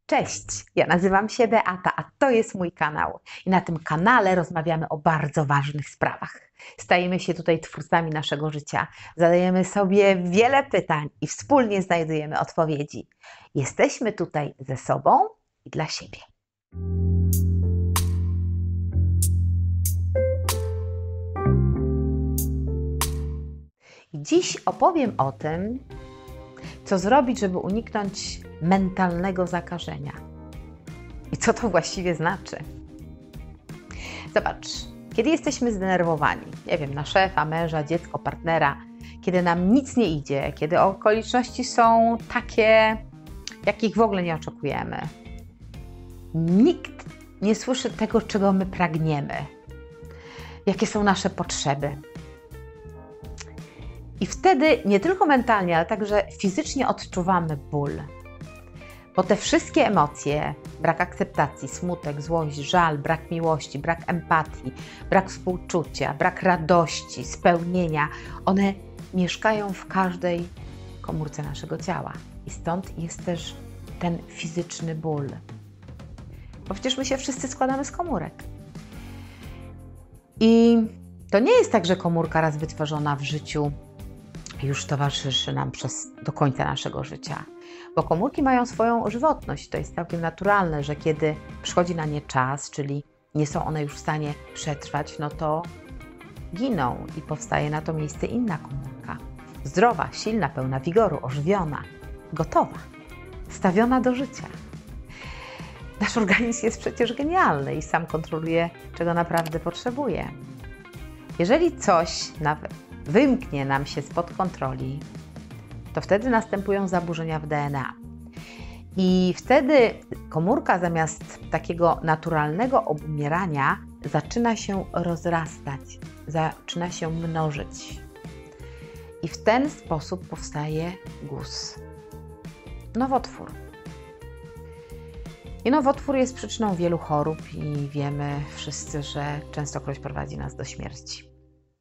Cześć, ja nazywam się Beata, a to jest mój kanał. I na tym kanale rozmawiamy o bardzo ważnych sprawach. Stajemy się tutaj twórcami naszego życia, zadajemy sobie wiele pytań i wspólnie znajdujemy odpowiedzi. Jesteśmy tutaj ze sobą i dla siebie. I dziś opowiem o tym, co zrobić, żeby uniknąć mentalnego zakażenia. I co to właściwie znaczy? Zobacz, kiedy jesteśmy zdenerwowani, nie wiem, na szefa, męża, dziecko, partnera, kiedy nam nic nie idzie, kiedy okoliczności są takie, jakich w ogóle nie oczekujemy, nikt nie słyszy tego, czego my pragniemy, jakie są nasze potrzeby. I wtedy nie tylko mentalnie, ale także fizycznie odczuwamy ból. Bo te wszystkie emocje, brak akceptacji, smutek, złość, żal, brak miłości, brak empatii, brak współczucia, brak radości, spełnienia, one mieszkają w każdej komórce naszego ciała. I stąd jest też ten fizyczny ból. Bo przecież my się wszyscy składamy z komórek. I to nie jest tak, że komórka raz wytworzona w życiu już towarzyszy nam do końca naszego życia. Bo komórki mają swoją żywotność. To jest całkiem naturalne, że kiedy przychodzi na nie czas, czyli nie są one już w stanie przetrwać, no to giną i powstaje na to miejsce inna komórka. Zdrowa, silna, pełna wigoru, ożywiona, gotowa, stawiona do życia. Nasz organizm jest przecież genialny i sam kontroluje, czego naprawdę potrzebuje. Jeżeli coś nawet wymknie nam się spod kontroli, to wtedy następują zaburzenia w DNA. I wtedy komórka zamiast takiego naturalnego obumierania zaczyna się rozrastać, zaczyna się mnożyć. I w ten sposób powstaje guz. Nowotwór. I nowotwór jest przyczyną wielu chorób i wiemy wszyscy, że częstokroć prowadzi nas do śmierci.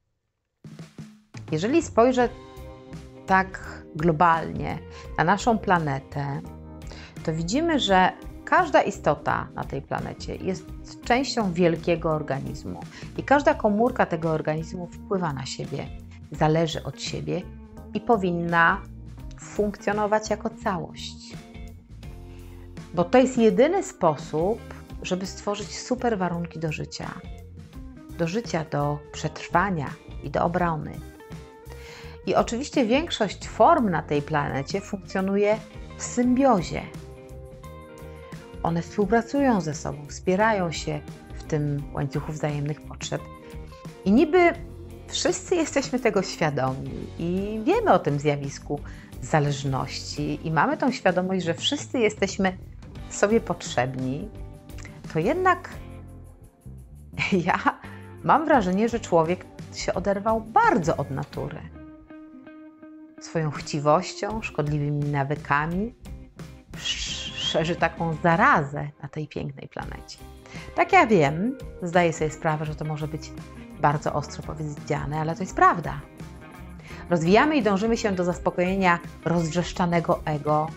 Jeżeli spojrzę tak globalnie na naszą planetę, to widzimy, że każda istota na tej planecie jest częścią wielkiego organizmu i każda komórka tego organizmu wpływa na siebie, zależy od siebie i powinna funkcjonować jako całość. Bo to jest jedyny sposób, żeby stworzyć super warunki do życia, do przetrwania i do obrony. I oczywiście większość form na tej planecie funkcjonuje w symbiozie. One współpracują ze sobą, wspierają się w tym łańcuchu wzajemnych potrzeb. I niby wszyscy jesteśmy tego świadomi i wiemy o tym zjawisku zależności i mamy tą świadomość, że wszyscy jesteśmy sobie potrzebni, to jednak ja mam wrażenie, że człowiek się oderwał bardzo od natury. Swoją chciwością, szkodliwymi nawykami szerzy taką zarazę na tej pięknej planecie. Tak ja wiem, zdaję sobie sprawę, że to może być bardzo ostro powiedziane, ale to jest prawda. Rozwijamy i dążymy się do zaspokojenia rozwrzeszczanego ego,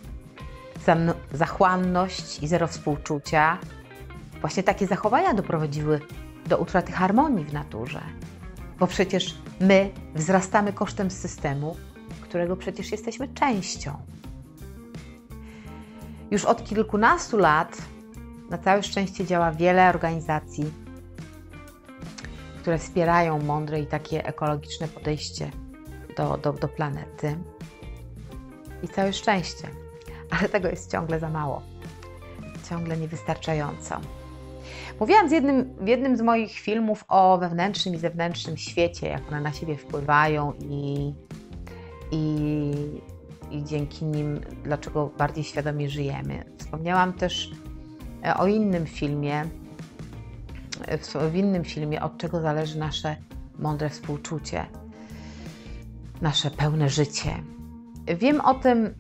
zachłanność i zero współczucia. Właśnie takie zachowania doprowadziły do utraty harmonii w naturze. Bo przecież my wzrastamy kosztem systemu, którego przecież jesteśmy częścią. Już od kilkunastu lat na całe szczęście działa wiele organizacji, które wspierają mądre i takie ekologiczne podejście do planety. I całe szczęście. Ale tego jest ciągle za mało. Ciągle niewystarczająco. Mówiłam w jednym z moich filmów o wewnętrznym i zewnętrznym świecie, jak one na siebie wpływają i dzięki nim, dlaczego bardziej świadomie żyjemy. Wspomniałam też o innym filmie, od czego zależy nasze mądre współczucie, nasze pełne życie. Wiem o tym,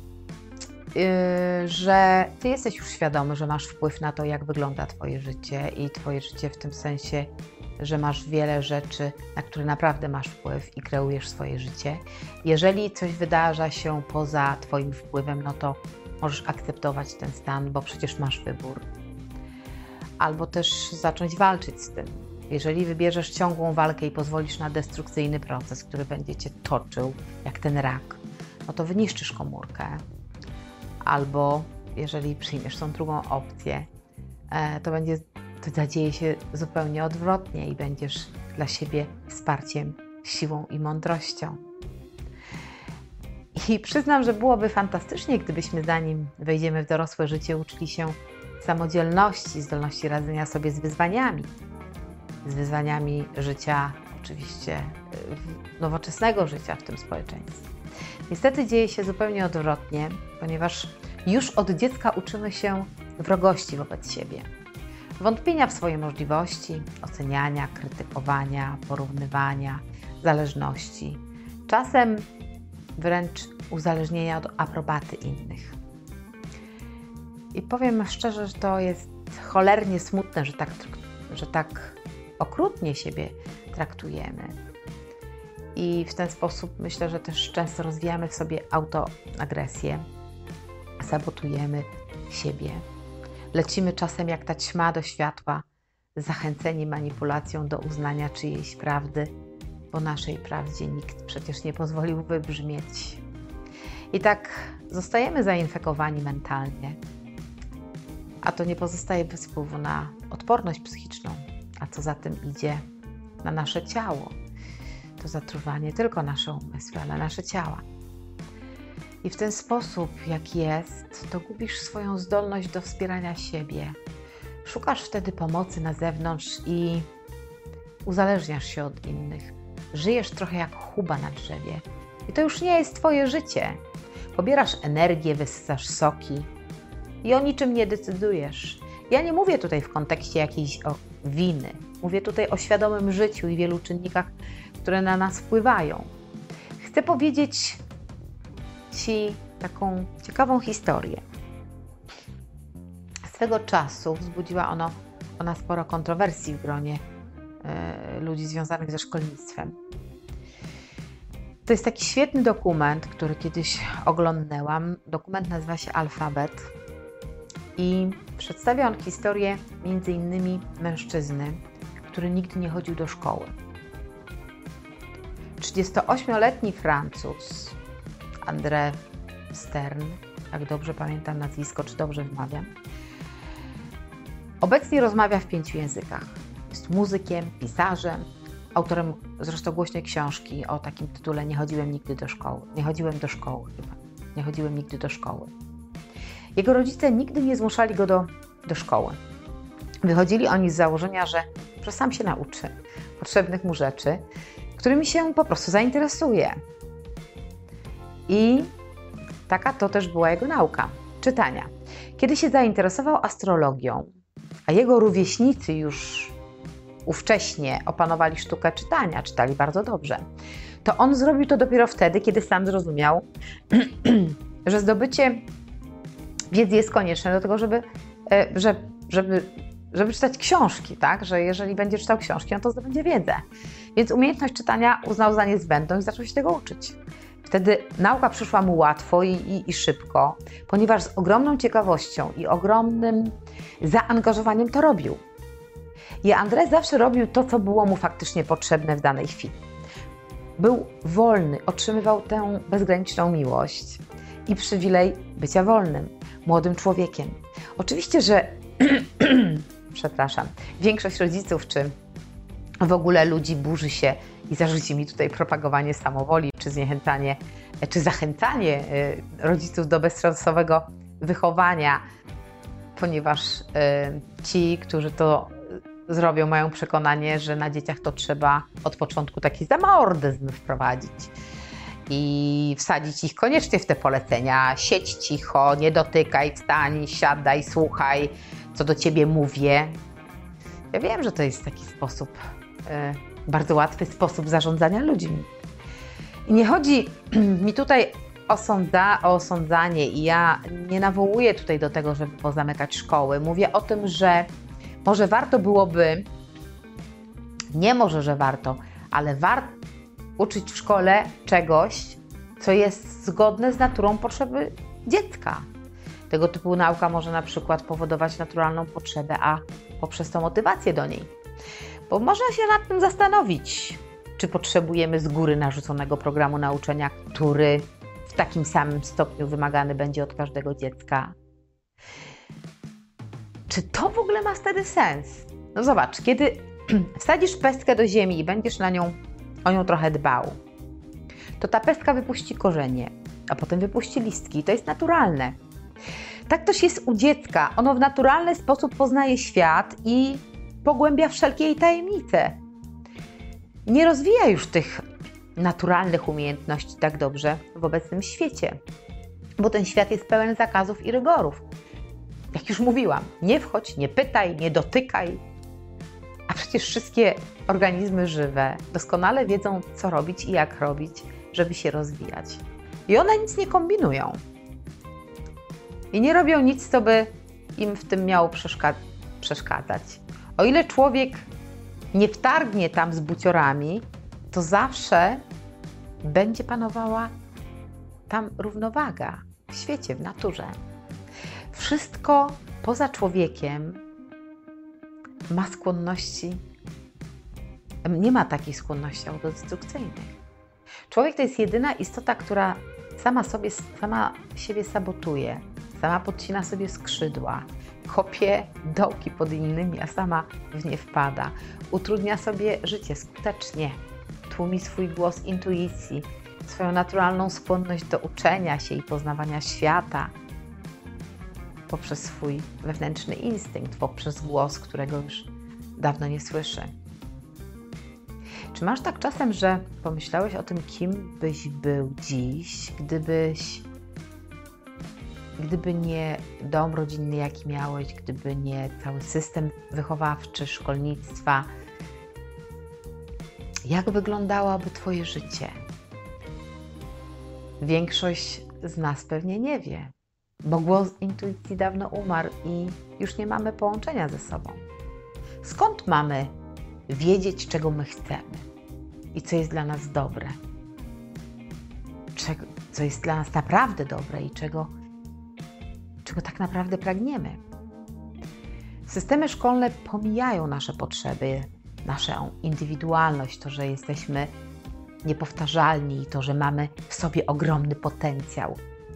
że Ty jesteś już świadomy, że masz wpływ na to, jak wygląda Twoje życie i Twoje życie w tym sensie, że masz wiele rzeczy, na które naprawdę masz wpływ i kreujesz swoje życie. Jeżeli coś wydarza się poza Twoim wpływem, no to możesz akceptować ten stan, bo przecież masz wybór. Albo też zacząć walczyć z tym. Jeżeli wybierzesz ciągłą walkę i pozwolisz na destrukcyjny proces, który będzie cię toczył jak ten rak, no to wyniszczysz komórkę. Albo jeżeli przyjmiesz tą drugą opcję, to zadzieje się zupełnie odwrotnie i będziesz dla siebie wsparciem, siłą i mądrością. I przyznam, że byłoby fantastycznie, gdybyśmy zanim wejdziemy w dorosłe życie, uczyli się samodzielności, zdolności radzenia sobie z wyzwaniami życia, oczywiście nowoczesnego życia w tym społeczeństwie. Niestety dzieje się zupełnie odwrotnie, ponieważ już od dziecka uczymy się wrogości wobec siebie, wątpienia w swoje możliwości, oceniania, krytykowania, porównywania, zależności, czasem wręcz uzależnienia od aprobaty innych. I powiem szczerze, że to jest cholernie smutne, że tak okrutnie siebie traktujemy. I w ten sposób myślę, że też często rozwijamy w sobie autoagresję, sabotujemy siebie. Lecimy czasem jak ta ćma do światła, zachęceni manipulacją do uznania czyjejś prawdy, bo naszej prawdzie nikt przecież nie pozwolił wybrzmieć. I tak zostajemy zainfekowani mentalnie, a to nie pozostaje bez wpływu na odporność psychiczną, a co za tym idzie, na nasze ciało. To zatruwa nie tylko nasze umysły, ale nasze ciała. I w ten sposób, jak jest, to gubisz swoją zdolność do wspierania siebie. Szukasz wtedy pomocy na zewnątrz i uzależniasz się od innych. Żyjesz trochę jak chuba na drzewie. I to już nie jest twoje życie. Pobierasz energię, wysysasz soki i o niczym nie decydujesz. Ja nie mówię tutaj w kontekście jakiejś winy. Mówię tutaj o świadomym życiu i wielu czynnikach, które na nas wpływają. Chcę powiedzieć Ci taką ciekawą historię. Swego czasu wzbudziła ona sporo kontrowersji w gronie ludzi związanych ze szkolnictwem. To jest taki świetny dokument, który kiedyś oglądnęłam. Dokument nazywa się Alfabet i przedstawia on historię między innymi mężczyzny, który nigdy nie chodził do szkoły. 38-letni Francuz, André Stern, jak dobrze pamiętam nazwisko, czy dobrze wymawiam, obecnie rozmawia w 5 językach. Jest muzykiem, pisarzem, autorem zresztą głośnej książki o takim tytule Nie chodziłem nigdy do szkoły. Nie chodziłem nigdy do szkoły. Jego rodzice nigdy nie zmuszali go do szkoły. Wychodzili oni z założenia, że sam się nauczy potrzebnych mu rzeczy, którymi się po prostu zainteresuje. I taka to też była jego nauka, czytania. Kiedy się zainteresował astrologią, a jego rówieśnicy już ówcześnie opanowali sztukę czytania, czytali bardzo dobrze, to on zrobił to dopiero wtedy, kiedy sam zrozumiał, że zdobycie wiedzy jest konieczne do tego, żeby czytać książki, tak? Że jeżeli będzie czytał książki, no to zdobędzie wiedzę. Więc umiejętność czytania uznał za niezbędną i zaczął się tego uczyć. Wtedy nauka przyszła mu łatwo i szybko, ponieważ z ogromną ciekawością i ogromnym zaangażowaniem to robił. I André zawsze robił to, co było mu faktycznie potrzebne w danej chwili. Był wolny, otrzymywał tę bezgraniczną miłość i przywilej bycia wolnym, młodym człowiekiem. Oczywiście, że większość rodziców czy w ogóle ludzi burzy się i zarzuci mi tutaj propagowanie samowoli, czy zachęcanie rodziców do bezstresowego wychowania, ponieważ ci, którzy to zrobią, mają przekonanie, że na dzieciach to trzeba od początku taki zamordyzm wprowadzić i wsadzić ich koniecznie w te polecenia. Siedź cicho, nie dotykaj, wstań, siadaj, słuchaj, co do ciebie mówię. Ja wiem, że to jest taki sposób, bardzo łatwy sposób zarządzania ludźmi. I nie chodzi mi tutaj o osądzanie i ja nie nawołuję tutaj do tego, żeby pozamykać szkoły. Mówię o tym, że może warto byłoby, nie może, że warto, ale warto uczyć w szkole czegoś, co jest zgodne z naturą potrzeby dziecka. Tego typu nauka może na przykład powodować naturalną potrzebę, a poprzez to motywację do niej. Bo można się nad tym zastanowić, czy potrzebujemy z góry narzuconego programu nauczania, który w takim samym stopniu wymagany będzie od każdego dziecka. Czy to w ogóle ma wtedy sens? No zobacz, kiedy wsadzisz pestkę do ziemi i będziesz o nią trochę dbał, to ta pestka wypuści korzenie, a potem wypuści listki. I to jest naturalne. Tak też jest u dziecka. Ono w naturalny sposób poznaje świat i pogłębia wszelkie jej tajemnice. Nie rozwija już tych naturalnych umiejętności tak dobrze w obecnym świecie, bo ten świat jest pełen zakazów i rygorów. Jak już mówiłam, nie wchodź, nie pytaj, nie dotykaj. A przecież wszystkie organizmy żywe doskonale wiedzą, co robić i jak robić, żeby się rozwijać. I one nic nie kombinują. I nie robią nic, co by im w tym miało przeszkadzać. O ile człowiek nie wtargnie tam z buciorami, to zawsze będzie panowała tam równowaga w świecie, w naturze. Wszystko poza człowiekiem ma skłonności, nie ma takich skłonności autodestrukcyjnych. Człowiek to jest jedyna istota, która sama siebie sabotuje, sama podcina sobie skrzydła, kopie dołki pod innymi, a sama w nie wpada. Utrudnia sobie życie skutecznie, tłumi swój głos intuicji, swoją naturalną skłonność do uczenia się i poznawania świata poprzez swój wewnętrzny instynkt, poprzez głos, którego już dawno nie słyszy. Czy masz tak czasem, że pomyślałeś o tym, kim byś był dziś, gdyby nie dom rodzinny, jaki miałeś, gdyby nie cały system wychowawczy, szkolnictwa? Jak wyglądałoby Twoje życie? Większość z nas pewnie nie wie, bo głos intuicji dawno umarł i już nie mamy połączenia ze sobą. Skąd mamy wiedzieć, czego my chcemy i co jest dla nas dobre? Co jest dla nas naprawdę dobre i czego tak naprawdę pragniemy? Systemy szkolne pomijają nasze potrzeby, naszą indywidualność, to, że jesteśmy niepowtarzalni i to, że mamy w sobie ogromny potencjał.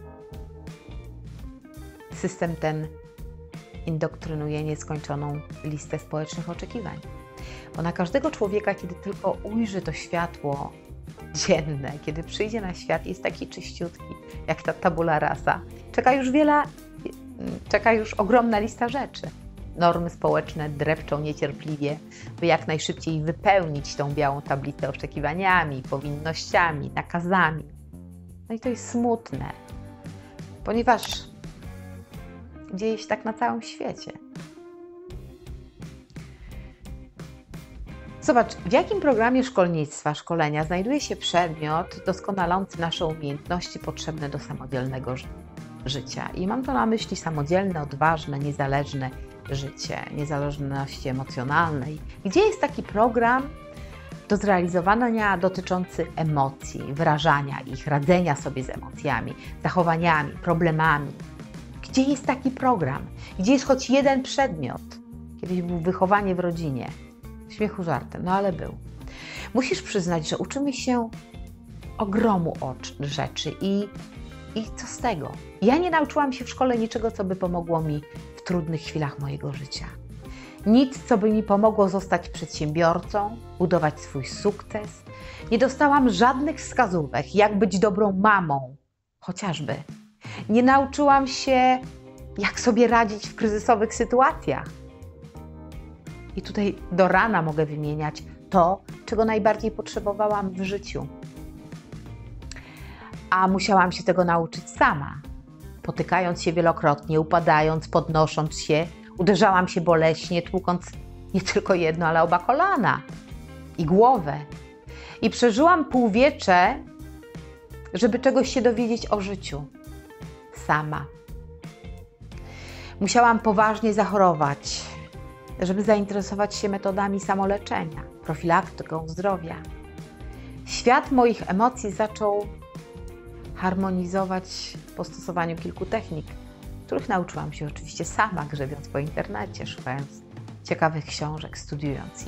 System ten indoktrynuje nieskończoną listę społecznych oczekiwań. Bo na każdego człowieka, kiedy tylko ujrzy to światło dzienne, kiedy przyjdzie na świat, jest taki czyściutki, jak ta tabula rasa, czeka już ogromna lista rzeczy. Normy społeczne drepczą niecierpliwie, by jak najszybciej wypełnić tą białą tablicę oczekiwaniami, powinnościami, nakazami. No i to jest smutne, ponieważ dzieje się tak na całym świecie. Zobacz, w jakim programie szkolenia znajduje się przedmiot doskonalący nasze umiejętności potrzebne do samodzielnego życia. I mam to na myśli samodzielne, odważne, niezależne życie, niezależności emocjonalnej. Gdzie jest taki program do zrealizowania dotyczący emocji, wyrażania ich, radzenia sobie z emocjami, zachowaniami, problemami? Gdzie jest taki program? Gdzie jest choć jeden przedmiot? Kiedyś było wychowanie w rodzinie. Śmiechu żartem, no ale był. Musisz przyznać, że uczymy się ogromu rzeczy i co z tego? Ja nie nauczyłam się w szkole niczego, co by pomogło mi w trudnych chwilach mojego życia. Nic, co by mi pomogło zostać przedsiębiorcą, budować swój sukces. Nie dostałam żadnych wskazówek, jak być dobrą mamą, chociażby. Nie nauczyłam się, jak sobie radzić w kryzysowych sytuacjach. I tutaj do rana mogę wymieniać to, czego najbardziej potrzebowałam w życiu. A musiałam się tego nauczyć sama. Potykając się wielokrotnie, upadając, podnosząc się, uderzałam się boleśnie, tłukąc nie tylko jedno, ale oba kolana i głowę. I przeżyłam półwiecze, żeby czegoś się dowiedzieć o życiu. Sama. Musiałam poważnie zachorować, żeby zainteresować się metodami samoleczenia, profilaktyką zdrowia. Świat moich emocji zaczął harmonizować po stosowaniu kilku technik których nauczyłam się oczywiście sama, grzebiąc po internecie, szukając ciekawych książek, studiując je.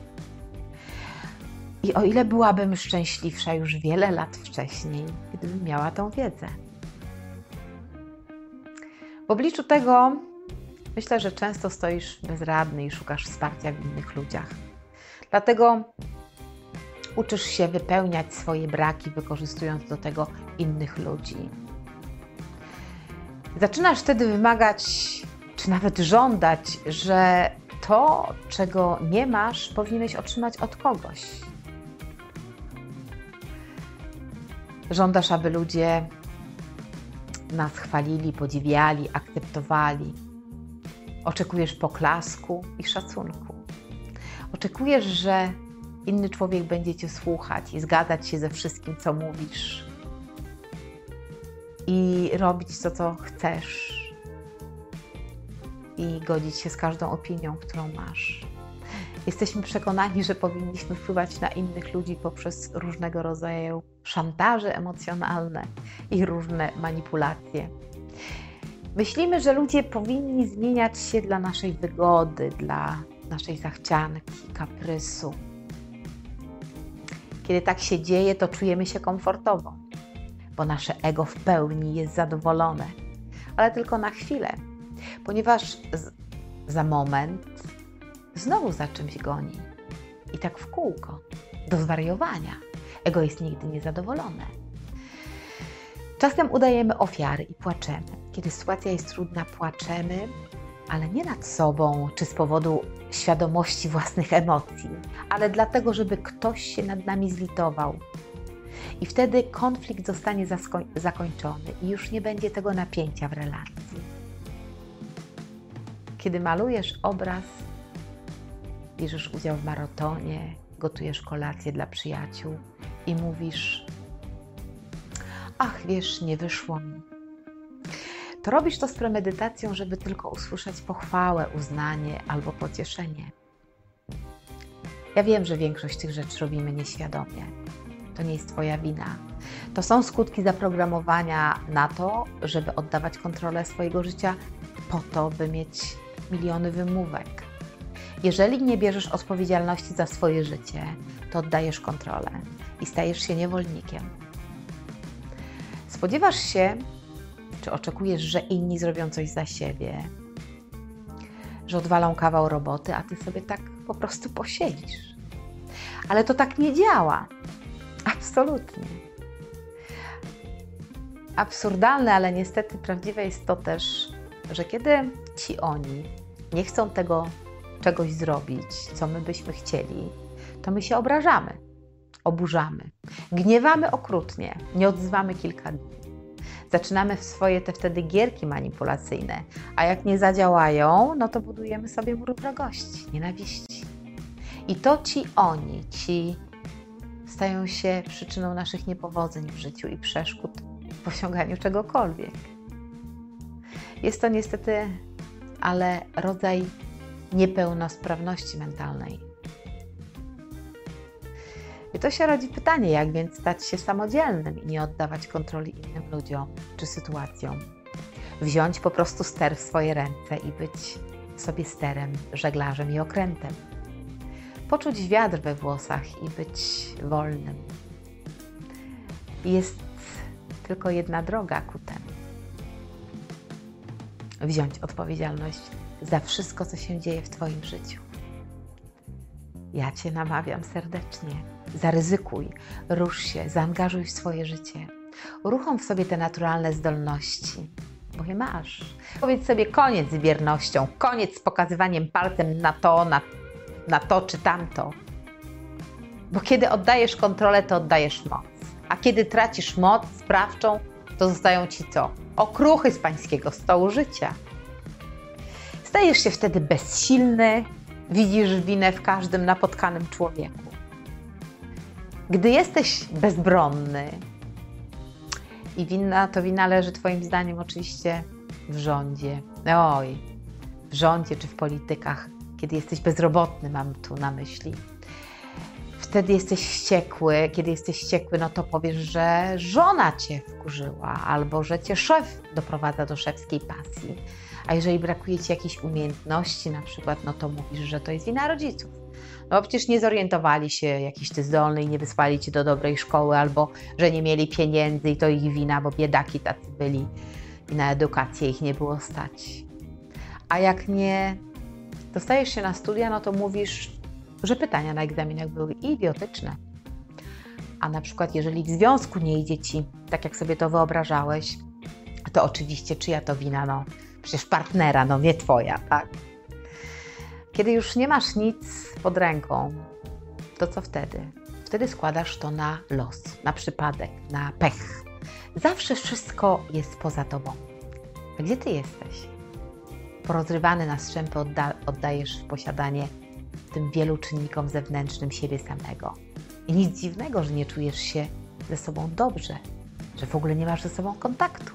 I o ile byłabym szczęśliwsza już wiele lat wcześniej, gdybym miała tą wiedzę. W obliczu tego myślę, że często stoisz bezradny i szukasz wsparcia w innych ludziach. Dlatego uczysz się wypełniać swoje braki, wykorzystując do tego innych ludzi. Zaczynasz wtedy wymagać, czy nawet żądać, że to, czego nie masz, powinieneś otrzymać od kogoś. Żądasz, aby ludzie nas chwalili, podziwiali, akceptowali. Oczekujesz poklasku i szacunku. Oczekujesz, że inny człowiek będzie Cię słuchać i zgadzać się ze wszystkim, co mówisz. I robić to, co chcesz. I godzić się z każdą opinią, którą masz. Jesteśmy przekonani, że powinniśmy wpływać na innych ludzi poprzez różnego rodzaju szantaże emocjonalne i różne manipulacje. Myślimy, że ludzie powinni zmieniać się dla naszej wygody, dla naszej zachcianki, kaprysu. Kiedy tak się dzieje, to czujemy się komfortowo, bo nasze ego w pełni jest zadowolone, ale tylko na chwilę, ponieważ za moment znowu za czymś goni i tak w kółko, do zwariowania. Ego jest nigdy niezadowolone. Czasem udajemy ofiary i płaczemy. Kiedy sytuacja jest trudna, płaczemy, ale nie nad sobą czy z powodu świadomości własnych emocji, ale dlatego, żeby ktoś się nad nami zlitował. I wtedy konflikt zostanie zakończony i już nie będzie tego napięcia w relacji. Kiedy malujesz obraz, bierzesz udział w maratonie, gotujesz kolację dla przyjaciół i mówisz: ach, wiesz, nie wyszło mi. To robisz to z premedytacją, żeby tylko usłyszeć pochwałę, uznanie albo pocieszenie. Ja wiem, że większość tych rzeczy robimy nieświadomie. To nie jest Twoja wina. To są skutki zaprogramowania na to, żeby oddawać kontrolę swojego życia po to, by mieć miliony wymówek. Jeżeli nie bierzesz odpowiedzialności za swoje życie, to oddajesz kontrolę i stajesz się niewolnikiem. Spodziewasz się, czy oczekujesz, że inni zrobią coś za siebie, że odwalą kawał roboty, a Ty sobie tak po prostu posiedzisz. Ale to tak nie działa. Absolutnie. Absurdalne, ale niestety prawdziwe jest to też, że kiedy ci oni nie chcą tego czegoś zrobić, co my byśmy chcieli, to my się obrażamy, oburzamy, gniewamy okrutnie, nie odzywamy kilka dni. Zaczynamy w swoje wtedy gierki manipulacyjne, a jak nie zadziałają, no to budujemy sobie mur wrogości, nienawiści. I to ci stają się przyczyną naszych niepowodzeń w życiu i przeszkód w osiąganiu czegokolwiek. Jest to niestety, ale rodzaj niepełnosprawności mentalnej. I to się rodzi pytanie, jak więc stać się samodzielnym i nie oddawać kontroli innym ludziom czy sytuacjom. Wziąć po prostu ster w swoje ręce i być sobie sterem, żeglarzem i okrętem. Poczuć wiatr we włosach i być wolnym. Jest tylko jedna droga ku temu. Wziąć odpowiedzialność za wszystko, co się dzieje w Twoim życiu. Ja Cię namawiam serdecznie. Zaryzykuj, rusz się, zaangażuj w swoje życie. Uruchom w sobie te naturalne zdolności, bo je masz. Powiedz sobie koniec z biernością, koniec z pokazywaniem palcem na to czy tamto. Bo kiedy oddajesz kontrolę, to oddajesz moc. A kiedy tracisz moc sprawczą, to zostają Ci co? Okruchy z pańskiego stołu życia. Stajesz się wtedy bezsilny, widzisz winę w każdym napotkanym człowieku. Gdy jesteś bezbronny i wina leży Twoim zdaniem oczywiście w rządzie, w rządzie czy w politykach, kiedy jesteś bezrobotny, mam tu na myśli, wtedy jesteś wściekły. Kiedy jesteś wściekły, no to powiesz, że żona cię wkurzyła albo że cię szef doprowadza do szewskiej pasji. A jeżeli brakuje ci jakiejś umiejętności na przykład, no to mówisz, że to jest wina rodziców. No przecież nie zorientowali się, jakiś ty zdolny i nie wysłali cię do dobrej szkoły, albo że nie mieli pieniędzy i to ich wina, bo biedaki tacy byli i na edukację ich nie było stać. A jak nie dostajesz się na studia, no to mówisz, że pytania na egzaminach były idiotyczne. A na przykład jeżeli w związku nie idzie ci tak, jak sobie to wyobrażałeś, to oczywiście czyja to wina? No przecież partnera, no nie twoja, tak? Kiedy już nie masz nic pod ręką, to co wtedy? Wtedy składasz to na los, na przypadek, na pech. Zawsze wszystko jest poza tobą. A gdzie ty jesteś? Porozrywany na strzępy oddajesz w posiadanie tym wielu czynnikom zewnętrznym siebie samego. I nic dziwnego, że nie czujesz się ze sobą dobrze, że w ogóle nie masz ze sobą kontaktu.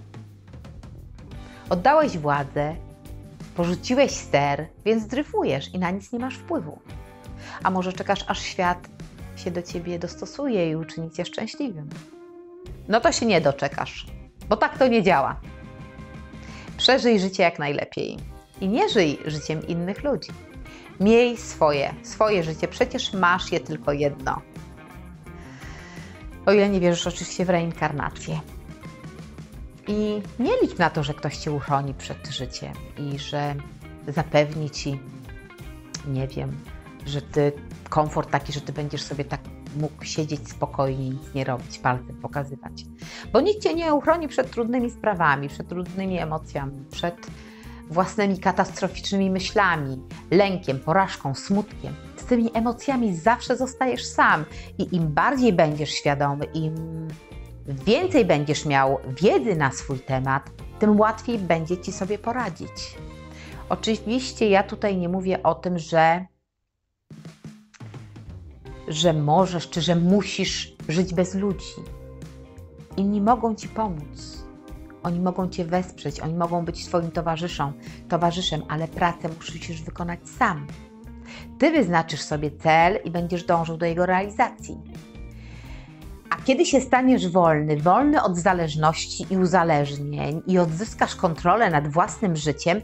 Oddałeś władzę, porzuciłeś ster, więc dryfujesz i na nic nie masz wpływu. A może czekasz, aż świat się do ciebie dostosuje i uczyni cię szczęśliwym? No to się nie doczekasz, bo tak to nie działa. Przeżyj życie jak najlepiej i nie żyj życiem innych ludzi. Miej swoje życie, przecież masz je tylko jedno. O ile nie wierzysz oczywiście w reinkarnację. I nie licz na to, że ktoś cię uchroni przed życiem i że zapewni ci, nie wiem, że ty komfort taki, że ty będziesz sobie tak mógł siedzieć spokojnie, nic nie robić, palcem pokazywać. Bo nikt cię nie uchroni przed trudnymi sprawami, przed trudnymi emocjami, przed własnymi katastroficznymi myślami, lękiem, porażką, smutkiem. Z tymi emocjami zawsze zostajesz sam i im bardziej będziesz świadomy, im więcej będziesz miał wiedzy na swój temat, tym łatwiej będzie ci sobie poradzić. Oczywiście ja tutaj nie mówię o tym, że możesz, czy że musisz żyć bez ludzi. Inni mogą ci pomóc. Oni mogą cię wesprzeć, oni mogą być twoim towarzyszem, ale pracę musisz wykonać sam. Ty wyznaczysz sobie cel i będziesz dążył do jego realizacji. A kiedy się staniesz wolny od zależności i uzależnień i odzyskasz kontrolę nad własnym życiem,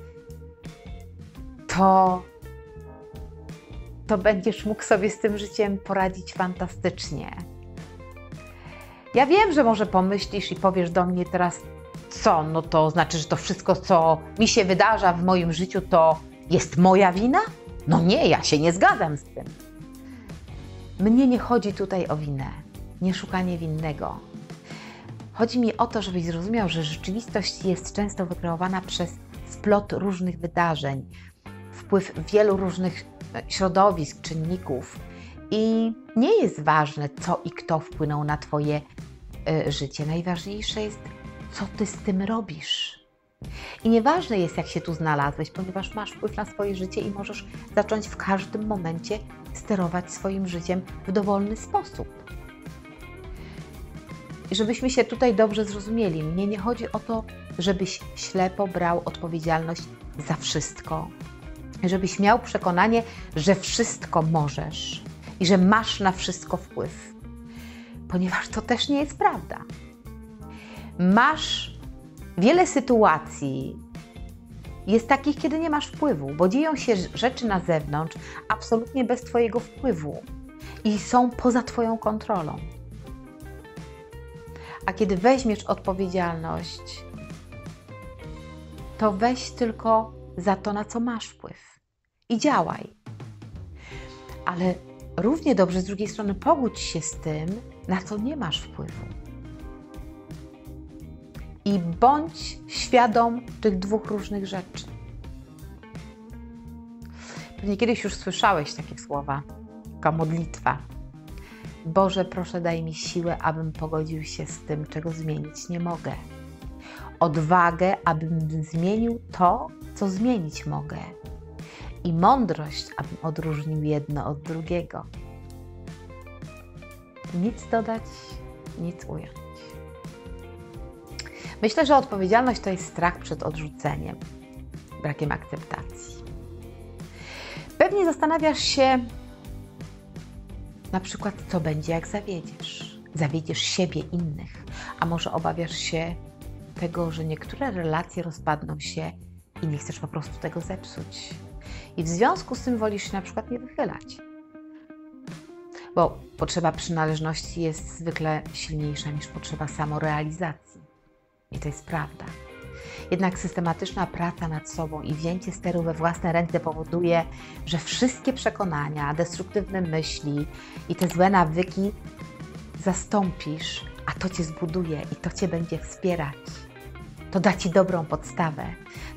to będziesz mógł sobie z tym życiem poradzić fantastycznie. Ja wiem, że może pomyślisz i powiesz do mnie teraz, co? No to znaczy, że to wszystko, co mi się wydarza w moim życiu, to jest moja wina? No nie, ja się nie zgadzam z tym. Mnie nie chodzi tutaj o winę, nie szukanie winnego. Chodzi mi o to, żebyś zrozumiał, że rzeczywistość jest często wykreowana przez splot różnych wydarzeń, wpływ wielu różnych środowisk, czynników i nie jest ważne, co i kto wpłynął na twoje życie. Najważniejsze jest, co ty z tym robisz. I nieważne jest, jak się tu znalazłeś, ponieważ masz wpływ na swoje życie i możesz zacząć w każdym momencie sterować swoim życiem w dowolny sposób. I żebyśmy się tutaj dobrze zrozumieli, mnie nie chodzi o to, żebyś ślepo brał odpowiedzialność za wszystko. Żebyś miał przekonanie, że wszystko możesz i że masz na wszystko wpływ. Ponieważ to też nie jest prawda. Masz wiele sytuacji, jest takich, kiedy nie masz wpływu, bo dzieją się rzeczy na zewnątrz absolutnie bez twojego wpływu i są poza twoją kontrolą. A kiedy weźmiesz odpowiedzialność, to weź tylko za to, na co masz wpływ i działaj. Ale równie dobrze z drugiej strony pogódź się z tym, na co nie masz wpływu. I bądź świadom tych dwóch różnych rzeczy. Pewnie kiedyś już słyszałeś takie słowa, taka modlitwa. Boże, proszę daj mi siłę, abym pogodził się z tym, czego zmienić nie mogę. Odwagę, abym zmienił to, co zmienić mogę. I mądrość, abym odróżnił jedno od drugiego. Nic dodać, nic ująć. Myślę, że odpowiedzialność to jest strach przed odrzuceniem, brakiem akceptacji. Pewnie zastanawiasz się, Na przykład, co będzie, jak zawiedziesz? Zawiedziesz siebie, innych, a może obawiasz się tego, że niektóre relacje rozpadną się i nie chcesz po prostu tego zepsuć. I w związku z tym wolisz się na przykład nie wychylać. Bo potrzeba przynależności jest zwykle silniejsza niż potrzeba samorealizacji. I to jest prawda. Jednak systematyczna praca nad sobą i wzięcie steru we własne ręce powoduje, że wszystkie przekonania, destruktywne myśli i te złe nawyki zastąpisz, a to Cię zbuduje i to Cię będzie wspierać. To da Ci dobrą podstawę.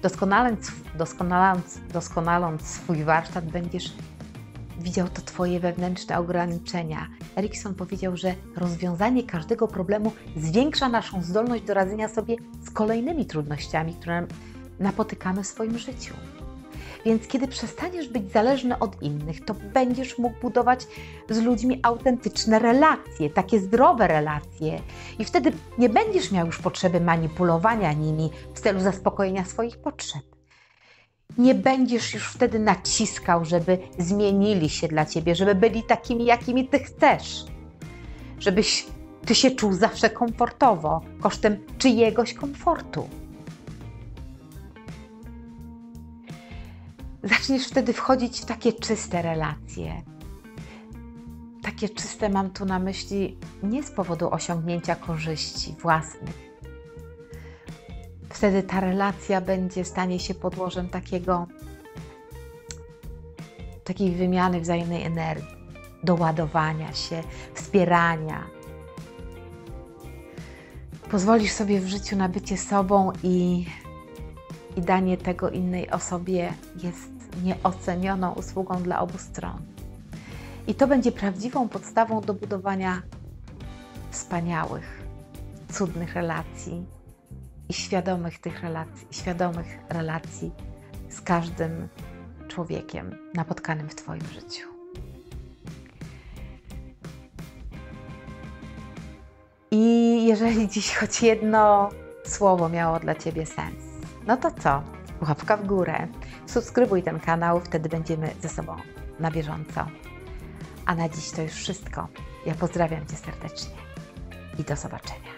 Doskonaląc swój warsztat, będziesz widział to Twoje wewnętrzne ograniczenia. Erikson powiedział, że rozwiązanie każdego problemu zwiększa naszą zdolność do radzenia sobie z kolejnymi trudnościami, które napotykamy w swoim życiu. Więc kiedy przestaniesz być zależny od innych, to będziesz mógł budować z ludźmi autentyczne relacje, takie zdrowe relacje. I wtedy nie będziesz miał już potrzeby manipulowania nimi w celu zaspokojenia swoich potrzeb. Nie będziesz już wtedy naciskał, żeby zmienili się dla Ciebie, żeby byli takimi, jakimi Ty chcesz. Żebyś Ty się czuł zawsze komfortowo, kosztem czyjegoś komfortu. Zaczniesz wtedy wchodzić w takie czyste relacje. Takie czyste mam tu na myśli nie z powodu osiągnięcia korzyści własnych. Wtedy ta relacja stanie się podłożem takiej wymiany wzajemnej energii, doładowania się, wspierania. Pozwolisz sobie w życiu na bycie sobą i danie tego innej osobie jest nieocenioną usługą dla obu stron. I to będzie prawdziwą podstawą do budowania wspaniałych, cudnych relacji i świadomych relacji z każdym człowiekiem napotkanym w Twoim życiu. I jeżeli dziś choć jedno słowo miało dla Ciebie sens, no to co? Łapka w górę, subskrybuj ten kanał, wtedy będziemy ze sobą na bieżąco. A na dziś to już wszystko. Ja pozdrawiam Cię serdecznie i do zobaczenia.